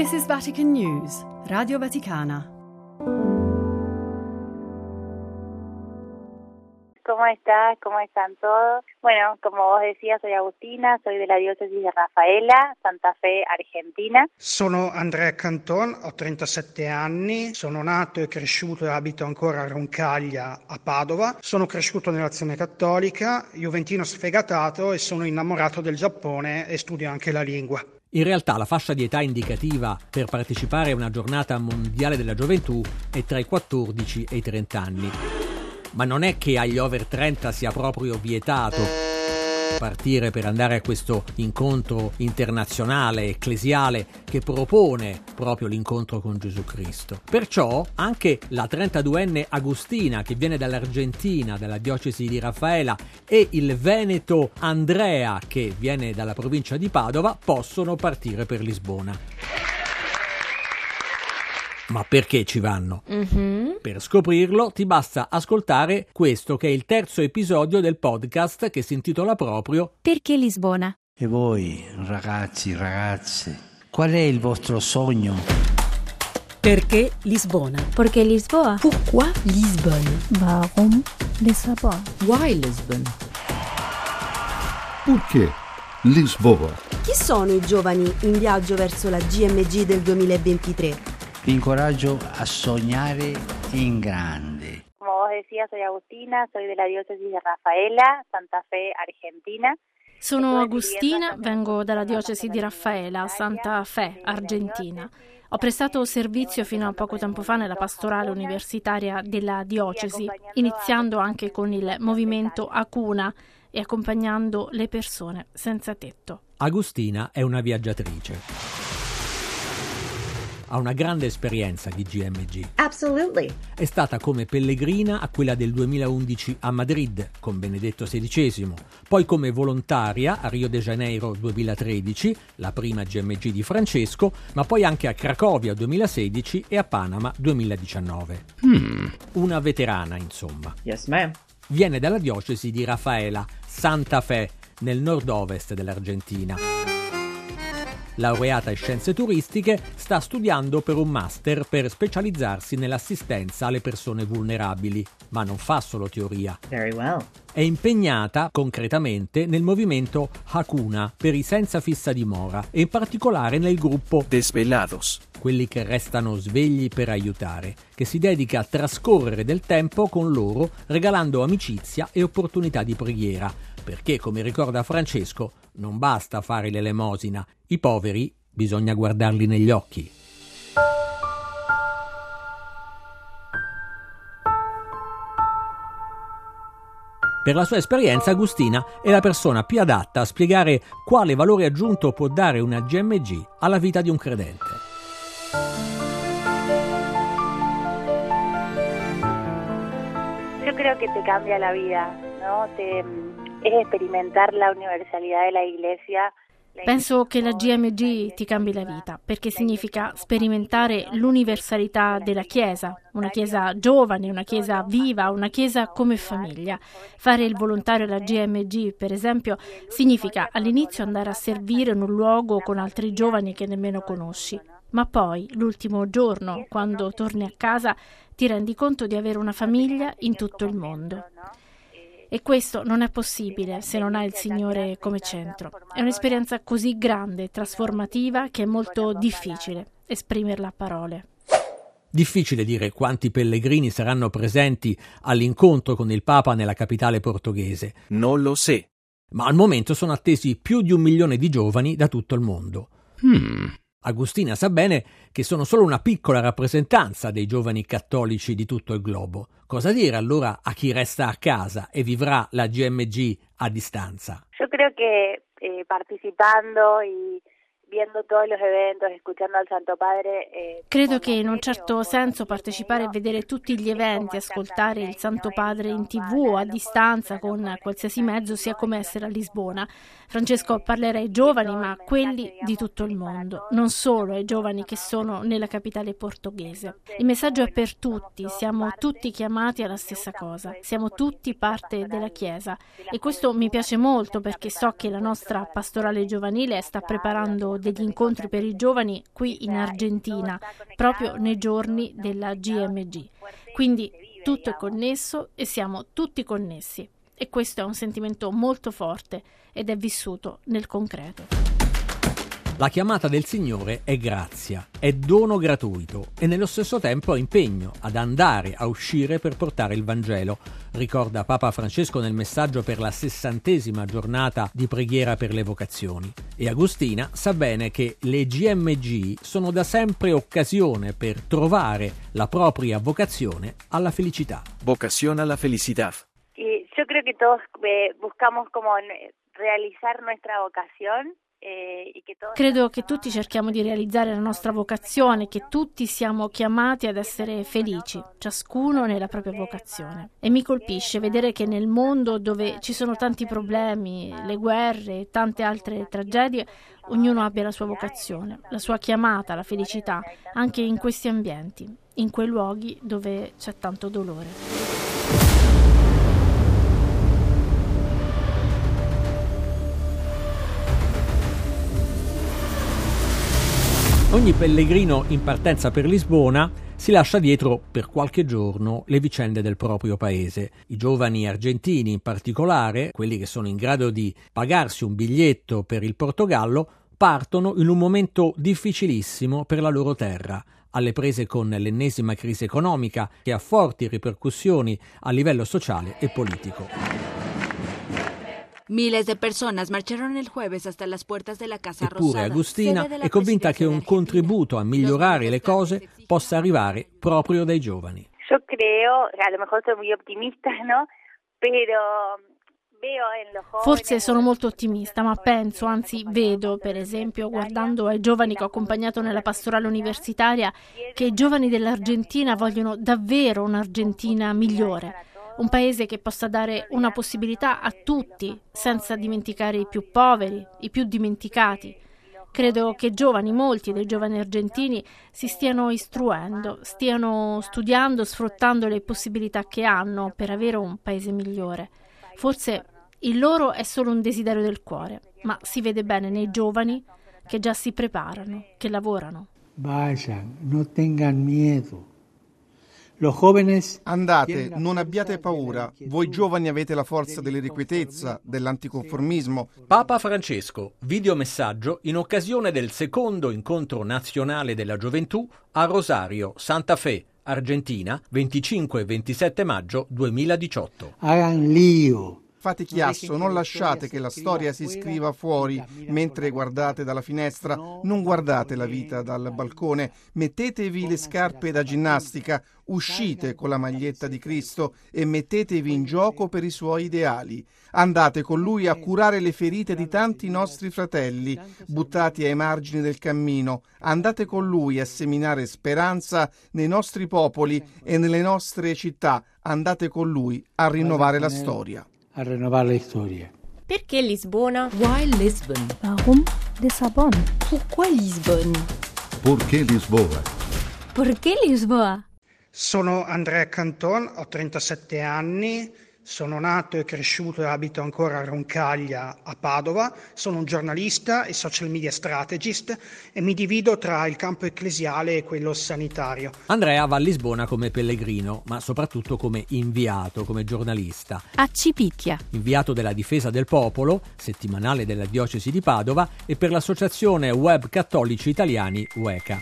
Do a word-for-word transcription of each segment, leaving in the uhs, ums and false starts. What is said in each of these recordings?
This is Vatican News, Radio Vaticana. ¿Cómo estás? ¿Cómo están todos? Bueno, como vos decías, soy Agustina, soy de la diocesi di Raffaella, Santa Fe, Argentina. Sono Andrea Canton, ho trentasette anni, sono nato e cresciuto e abito ancora a Roncaglia, a Padova. Sono cresciuto nell'Azione Cattolica, juventino sfegatato e sono innamorato del Giappone e studio anche la lingua. In realtà la fascia di età indicativa per partecipare a una giornata mondiale della gioventù è tra i quattordici e i trenta anni. Ma non è che agli over trenta sia proprio vietato partire per andare a questo incontro internazionale, ecclesiale, che propone proprio l'incontro con Gesù Cristo. Perciò anche la trentaduenne Agustina, che viene dall'Argentina, dalla diocesi di Raffaella, e il veneto Andrea, che viene dalla provincia di Padova, possono partire per Lisbona. Ma perché ci vanno? Mm-hmm. Per scoprirlo ti basta ascoltare questo, che è il terzo episodio del podcast, che si intitola proprio Perché Lisbona? E voi, ragazzi, ragazze, qual è il vostro sogno? Perché Lisbona? Perché Lisboa? Pourquoi Lisbonne? Warum Lissabon? Why Lisbon? Perché Lisboa? Chi sono i giovani in viaggio verso la G M G del duemilaventitré? Vi incoraggio a sognare in grande. Como vos decías, soy Agustina, soy de la diocesi di Raffaella, Santa Fe, Argentina. Sono Agustina, vengo dalla diocesi di Raffaella, Santa Fe, Argentina. Ho prestato servizio fino a poco tempo fa nella pastorale universitaria della diocesi, iniziando anche con il movimento Acuna e accompagnando le persone senza tetto. Agustina è una viaggiatrice. Ha una grande esperienza di G M G. Absolutely. È stata come pellegrina a quella del duemilaundici a Madrid con Benedetto sedicesimo, poi come volontaria a Rio de Janeiro duemilatredici, la prima G M G di Francesco, ma poi anche a Cracovia duemilasedici e a Panama duemiladiciannove. Hmm. Una veterana, insomma. Yes, ma'am. Viene dalla diocesi di Raffaella, Santa Fe, nel nord-ovest dell'Argentina. Laureata in scienze turistiche, sta studiando per un master per specializzarsi nell'assistenza alle persone vulnerabili, ma non fa solo teoria. Very well. È impegnata concretamente nel movimento Hakuna per i senza fissa dimora e in particolare nel gruppo Desvelados, quelli che restano svegli per aiutare, che si dedica a trascorrere del tempo con loro regalando amicizia e opportunità di preghiera, perché, come ricorda Francesco, non basta fare l'elemosina, i poveri bisogna guardarli negli occhi. Per la sua esperienza, Agustina è la persona più adatta a spiegare quale valore aggiunto può dare una G M G alla vita di un credente. Yo creo que te cambia la vida, ¿no? Te, es experimentar la universalidad de la Iglesia. Penso che la G M G ti cambi la vita, perché significa sperimentare l'universalità della Chiesa, una Chiesa giovane, una Chiesa viva, una Chiesa come famiglia. Fare il volontario alla G M G, per esempio, significa all'inizio andare a servire in un luogo con altri giovani che nemmeno conosci, ma poi, l'ultimo giorno, quando torni a casa, ti rendi conto di avere una famiglia in tutto il mondo. E questo non è possibile se non hai il Signore come centro. È un'esperienza così grande e trasformativa che è molto difficile esprimerla a parole. Difficile dire quanti pellegrini saranno presenti all'incontro con il Papa nella capitale portoghese. Non lo so. Ma al momento sono attesi più di un milione di giovani da tutto il mondo. Hmm. Agustina sa bene che sono solo una piccola rappresentanza dei giovani cattolici di tutto il globo. Cosa dire allora a chi resta a casa e vivrà la G M G a distanza? Yo creo que eh, participando y viendo todos los eventos, escuchando al Santo Padre. Eh, Credo che in un certo senso partecipare e vedere tutti gli eventi, ascoltare il Santo Padre in tivù o a distanza con qualsiasi mezzo sia come essere a Lisbona. Francesco parlerà ai giovani, ma quelli di tutto il mondo, non solo ai giovani che sono nella capitale portoghese. Il messaggio è per tutti, siamo tutti chiamati alla stessa cosa, siamo tutti parte della Chiesa e questo mi piace molto perché so che la nostra pastorale giovanile sta preparando degli incontri per i giovani qui in Argentina, proprio nei giorni della G M G. Quindi tutto è connesso e siamo tutti connessi. E questo è un sentimento molto forte ed è vissuto nel concreto. La chiamata del Signore è grazia, è dono gratuito e nello stesso tempo è impegno ad andare, a uscire per portare il Vangelo, ricorda Papa Francesco nel messaggio per la sessantesima giornata di preghiera per le vocazioni. E Agustina sa bene che le G M G sono da sempre occasione per trovare la propria vocazione alla felicità. Vocazione alla felicità. Y yo creo que todos eh, buscamos como realizar nuestra vocación. Credo che tutti cerchiamo di realizzare la nostra vocazione, che tutti siamo chiamati ad essere felici, ciascuno nella propria vocazione. E mi colpisce vedere che nel mondo dove ci sono tanti problemi, le guerre e tante altre tragedie, ognuno abbia la sua vocazione, la sua chiamata alla felicità, anche in questi ambienti, in quei luoghi dove c'è tanto dolore. Ogni pellegrino in partenza per Lisbona si lascia dietro per qualche giorno le vicende del proprio paese. I giovani argentini in particolare, quelli che sono in grado di pagarsi un biglietto per il Portogallo, partono in un momento difficilissimo per la loro terra, alle prese con l'ennesima crisi economica che ha forti ripercussioni a livello sociale e politico. Miles de personas marcharon el jueves hasta las puertas de la Casa Rosada. Eppure Agustina è convinta che un contributo a migliorare le cose possa arrivare proprio dai giovani. Yo creo, a lo mejor soy muy optimista, ¿no? Pero Forse sono molto ottimista, ma penso, anzi vedo, per esempio, guardando ai giovani che ho accompagnato nella pastorale universitaria, che i giovani dell'Argentina vogliono davvero un'Argentina migliore. Un paese che possa dare una possibilità a tutti, senza dimenticare i più poveri, i più dimenticati. Credo che giovani, molti dei giovani argentini, si stiano istruendo, stiano studiando, sfruttando le possibilità che hanno per avere un paese migliore. Forse il loro è solo un desiderio del cuore, ma si vede bene nei giovani che già si preparano, che lavorano. Vayan, no tengan miedo. Andate, non abbiate paura. Voi giovani avete la forza dell'irrequietezza, dell'anticonformismo. Papa Francesco, videomessaggio in occasione del secondo incontro nazionale della gioventù a Rosario, Santa Fe, Argentina, venticinque e ventisette maggio duemiladiciotto. Hagan lío. Fate chiasso, non lasciate che la storia si scriva fuori mentre guardate dalla finestra, non guardate la vita dal balcone, mettetevi le scarpe da ginnastica, uscite con la maglietta di Cristo e mettetevi in gioco per i suoi ideali. Andate con lui a curare le ferite di tanti nostri fratelli, buttati ai margini del cammino. Andate con lui a seminare speranza nei nostri popoli e nelle nostre città. Andate con lui a rinnovare la storia. A rinnovare la storia. Perché Lisbona? Why Lisbon? Warum Lissabon? Pourquoi Lisbonne? Perché Lisboa? Perché Lisboa? Sono Andrea Canton, ho trentasette anni, sono nato e cresciuto e abito ancora a Roncaglia, a Padova. Sono un giornalista e social media strategist e mi divido tra il campo ecclesiale e quello sanitario. Andrea va a Lisbona come pellegrino, ma soprattutto come inviato, come giornalista. A Cipicchia. Inviato della Difesa del Popolo, settimanale della diocesi di Padova, e per l'associazione Web Cattolici Italiani U E C A.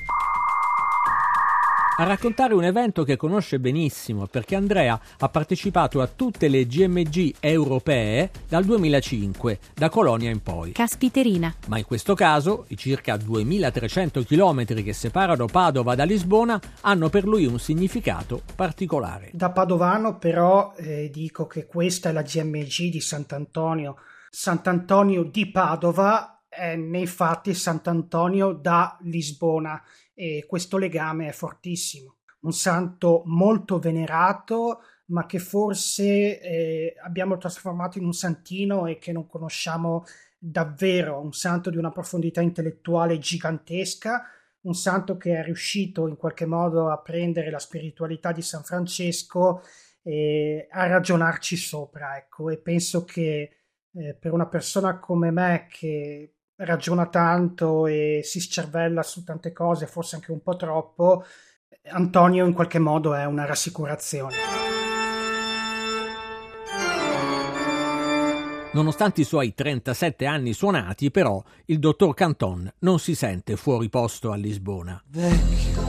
A raccontare un evento che conosce benissimo, perché Andrea ha partecipato a tutte le G M G europee dal duemilacinque, da Colonia in poi. Caspiterina. Ma in questo caso i circa duemilatrecento chilometri che separano Padova da Lisbona hanno per lui un significato particolare. Da padovano però eh, dico che questa è la G M G di Sant'Antonio. Sant'Antonio di Padova è nei fatti Sant'Antonio da Lisbona. E questo legame è fortissimo. Un santo molto venerato, ma che forse eh, abbiamo trasformato in un santino e che non conosciamo davvero, un santo di una profondità intellettuale gigantesca, un santo che è riuscito in qualche modo a prendere la spiritualità di San Francesco e a ragionarci sopra, ecco. E penso che eh, per una persona come me che ragiona tanto e si scervella su tante cose, forse anche un po' troppo, Antonio in qualche modo è una rassicurazione. Nonostante i suoi trentasette anni suonati, però, il dottor Canton non si sente fuori posto a Lisbona. Vecchio,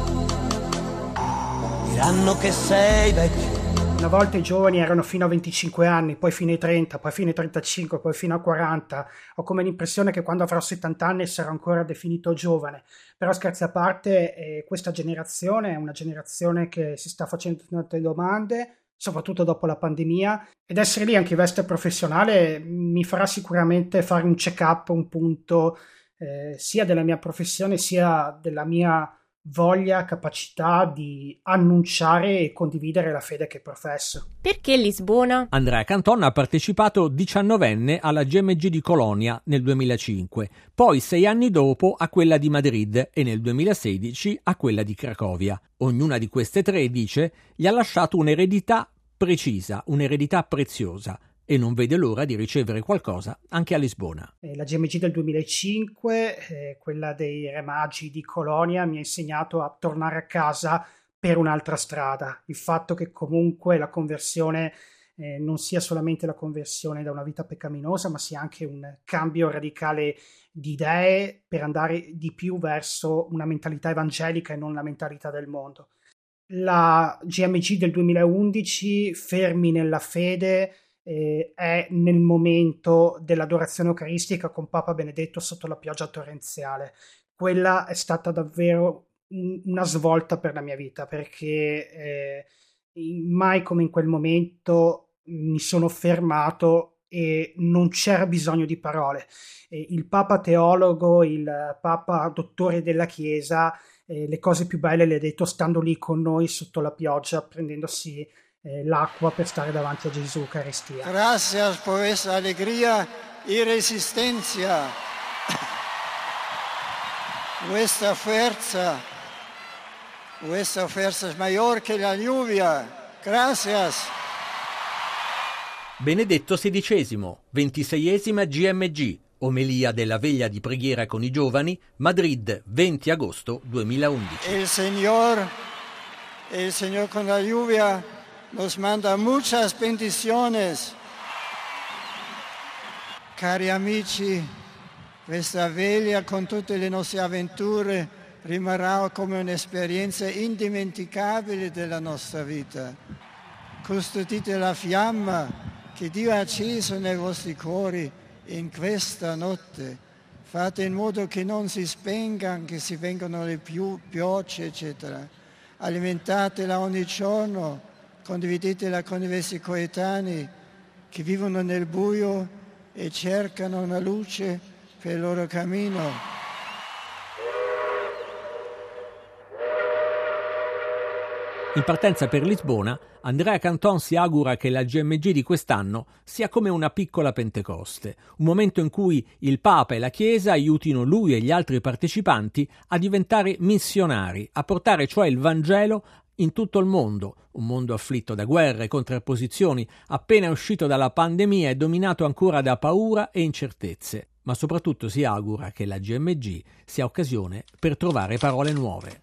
diranno che sei vecchio. Una volta i giovani erano fino a venticinque anni, poi fino ai trenta, poi fino ai trentacinque, poi fino a quaranta. Ho come l'impressione che quando avrò settanta anni sarò ancora definito giovane. Però scherzi a parte, eh, questa generazione è una generazione che si sta facendo tante domande, soprattutto dopo la pandemia, ed essere lì anche in veste professionale mi farà sicuramente fare un check-up, un punto eh, sia della mia professione sia della mia voglia, capacità di annunciare e condividere la fede che professo. Perché Lisbona? Andrea Canton ha partecipato diciannovenne alla G M G di Colonia nel duemilacinque, poi sei anni dopo a quella di Madrid e nel duemilasedici a quella di Cracovia. Ognuna di queste tre, dice, gli ha lasciato un'eredità precisa, un'eredità preziosa, e non vede l'ora di ricevere qualcosa anche a Lisbona. La G M G del duemilacinque, eh, quella dei Re Magi di Colonia, mi ha insegnato a tornare a casa per un'altra strada. Il fatto che comunque la conversione eh, non sia solamente la conversione da una vita peccaminosa, ma sia anche un cambio radicale di idee per andare di più verso una mentalità evangelica e non la mentalità del mondo. La G M G del duemilaundici, Fermi nella fede, Eh, è nel momento dell'adorazione eucaristica con Papa Benedetto sotto la pioggia torrenziale. Quella è stata davvero un, una svolta per la mia vita, perché eh, mai come in quel momento mi sono fermato e non c'era bisogno di parole. Eh, il Papa teologo, il Papa dottore della Chiesa, eh, le cose più belle le ha detto stando lì con noi sotto la pioggia, prendendosi Eh, l'acqua per stare davanti a Gesù Eucaristia. Gracias por esa alegría y resistencia. Vuestra fuerza, vuestra fuerza es mayor que la lluvia. Gracias. Benedetto sedicesimo, ventiseiesima G M G, omelia della veglia di preghiera con i giovani, Madrid, venti agosto duemilaundici. El Señor, el Señor con la lluvia nos manda muchas bendiciones. Cari amici, questa veglia con tutte le nostre avventure rimarrà come un'esperienza indimenticabile della nostra vita. Custodite la fiamma che Dio ha acceso nei vostri cuori in questa notte. Fate in modo che non si spenga, che si vengano le più piogge, eccetera. Alimentatela ogni giorno. Condividetela con i vostri coetanei che vivono nel buio e cercano una luce per il loro cammino. In partenza per Lisbona, Andrea Canton si augura che la G M G di quest'anno sia come una piccola Pentecoste, un momento in cui il Papa e la Chiesa aiutino lui e gli altri partecipanti a diventare missionari, a portare cioè il Vangelo in tutto il mondo, un mondo afflitto da guerre e contrapposizioni, appena uscito dalla pandemia e dominato ancora da paura e incertezze. Ma soprattutto si augura che la G M G sia occasione per trovare parole nuove.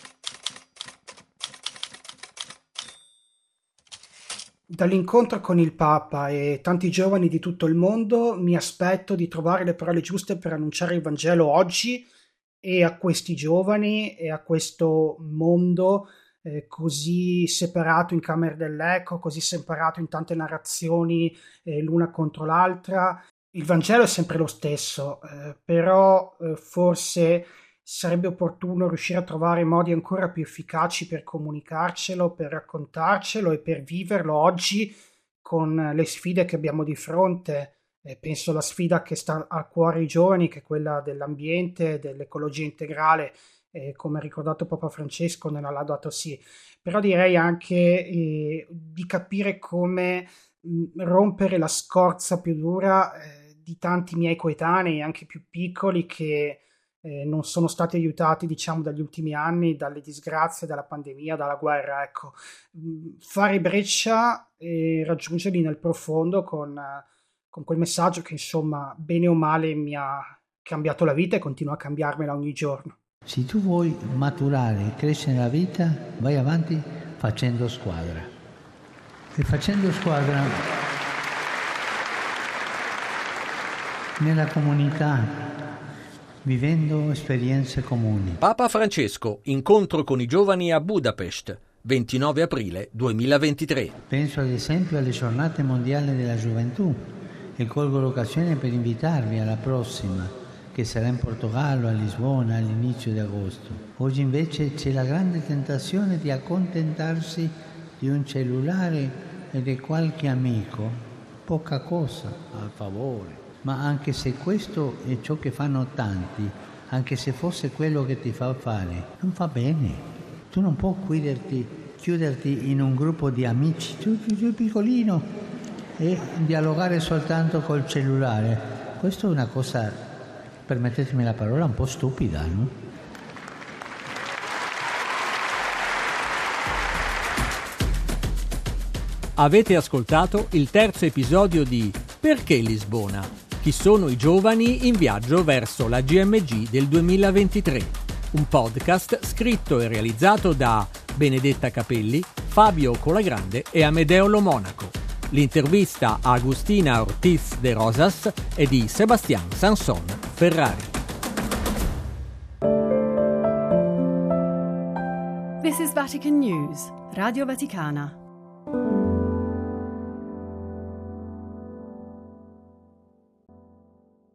Dall'incontro con il Papa e tanti giovani di tutto il mondo mi aspetto di trovare le parole giuste per annunciare il Vangelo oggi e a questi giovani e a questo mondo Eh, così separato in camere dell'eco, così separato in tante narrazioni eh, l'una contro l'altra. Il Vangelo è sempre lo stesso, eh, però eh, forse sarebbe opportuno riuscire a trovare modi ancora più efficaci per comunicarcelo, per raccontarcelo e per viverlo oggi con le sfide che abbiamo di fronte. Eh, penso alla sfida che sta a cuore ai giovani, che è quella dell'ambiente, dell'ecologia integrale, Eh, come ha ricordato Papa Francesco nella Laudato Si, però direi anche eh, di capire come mh, rompere la scorza più dura eh, di tanti miei coetanei, anche più piccoli, che eh, non sono stati aiutati, diciamo, dagli ultimi anni, dalle disgrazie, dalla pandemia, dalla guerra. Ecco, mh, fare breccia e raggiungerli nel profondo con, con quel messaggio che, insomma, bene o male mi ha cambiato la vita e continua a cambiarmela ogni giorno. Se tu vuoi maturare e crescere nella vita, vai avanti facendo squadra. E facendo squadra nella comunità, vivendo esperienze comuni. Papa Francesco, incontro con i giovani a Budapest, ventinove aprile duemilaventitré. Penso ad esempio alle giornate mondiali della gioventù e colgo l'occasione per invitarvi alla prossima, che sarà in Portogallo, a Lisbona, all'inizio di agosto. Oggi invece c'è la grande tentazione di accontentarsi di un cellulare e di qualche amico, poca cosa al favore. Ma anche se questo è ciò che fanno tanti, anche se fosse quello che ti fa fare, non va bene. Tu non puoi chiuderti, chiuderti in un gruppo di amici, tu, tu, tu piccolino, e dialogare soltanto col cellulare. Questo è una cosa, permettetemi la parola, un po' stupida, no? Avete ascoltato il terzo episodio di Perché Lisbona? Chi sono i giovani in viaggio verso la G M G del duemilaventitré? Un podcast scritto e realizzato da Benedetta Capelli, Fabio Colagrande e Amedeo Lo Monaco. L'intervista a Agustina Ortiz de Rosas è di Sebastián Sanson Ferrari. This is Vatican News, Radio Vaticana.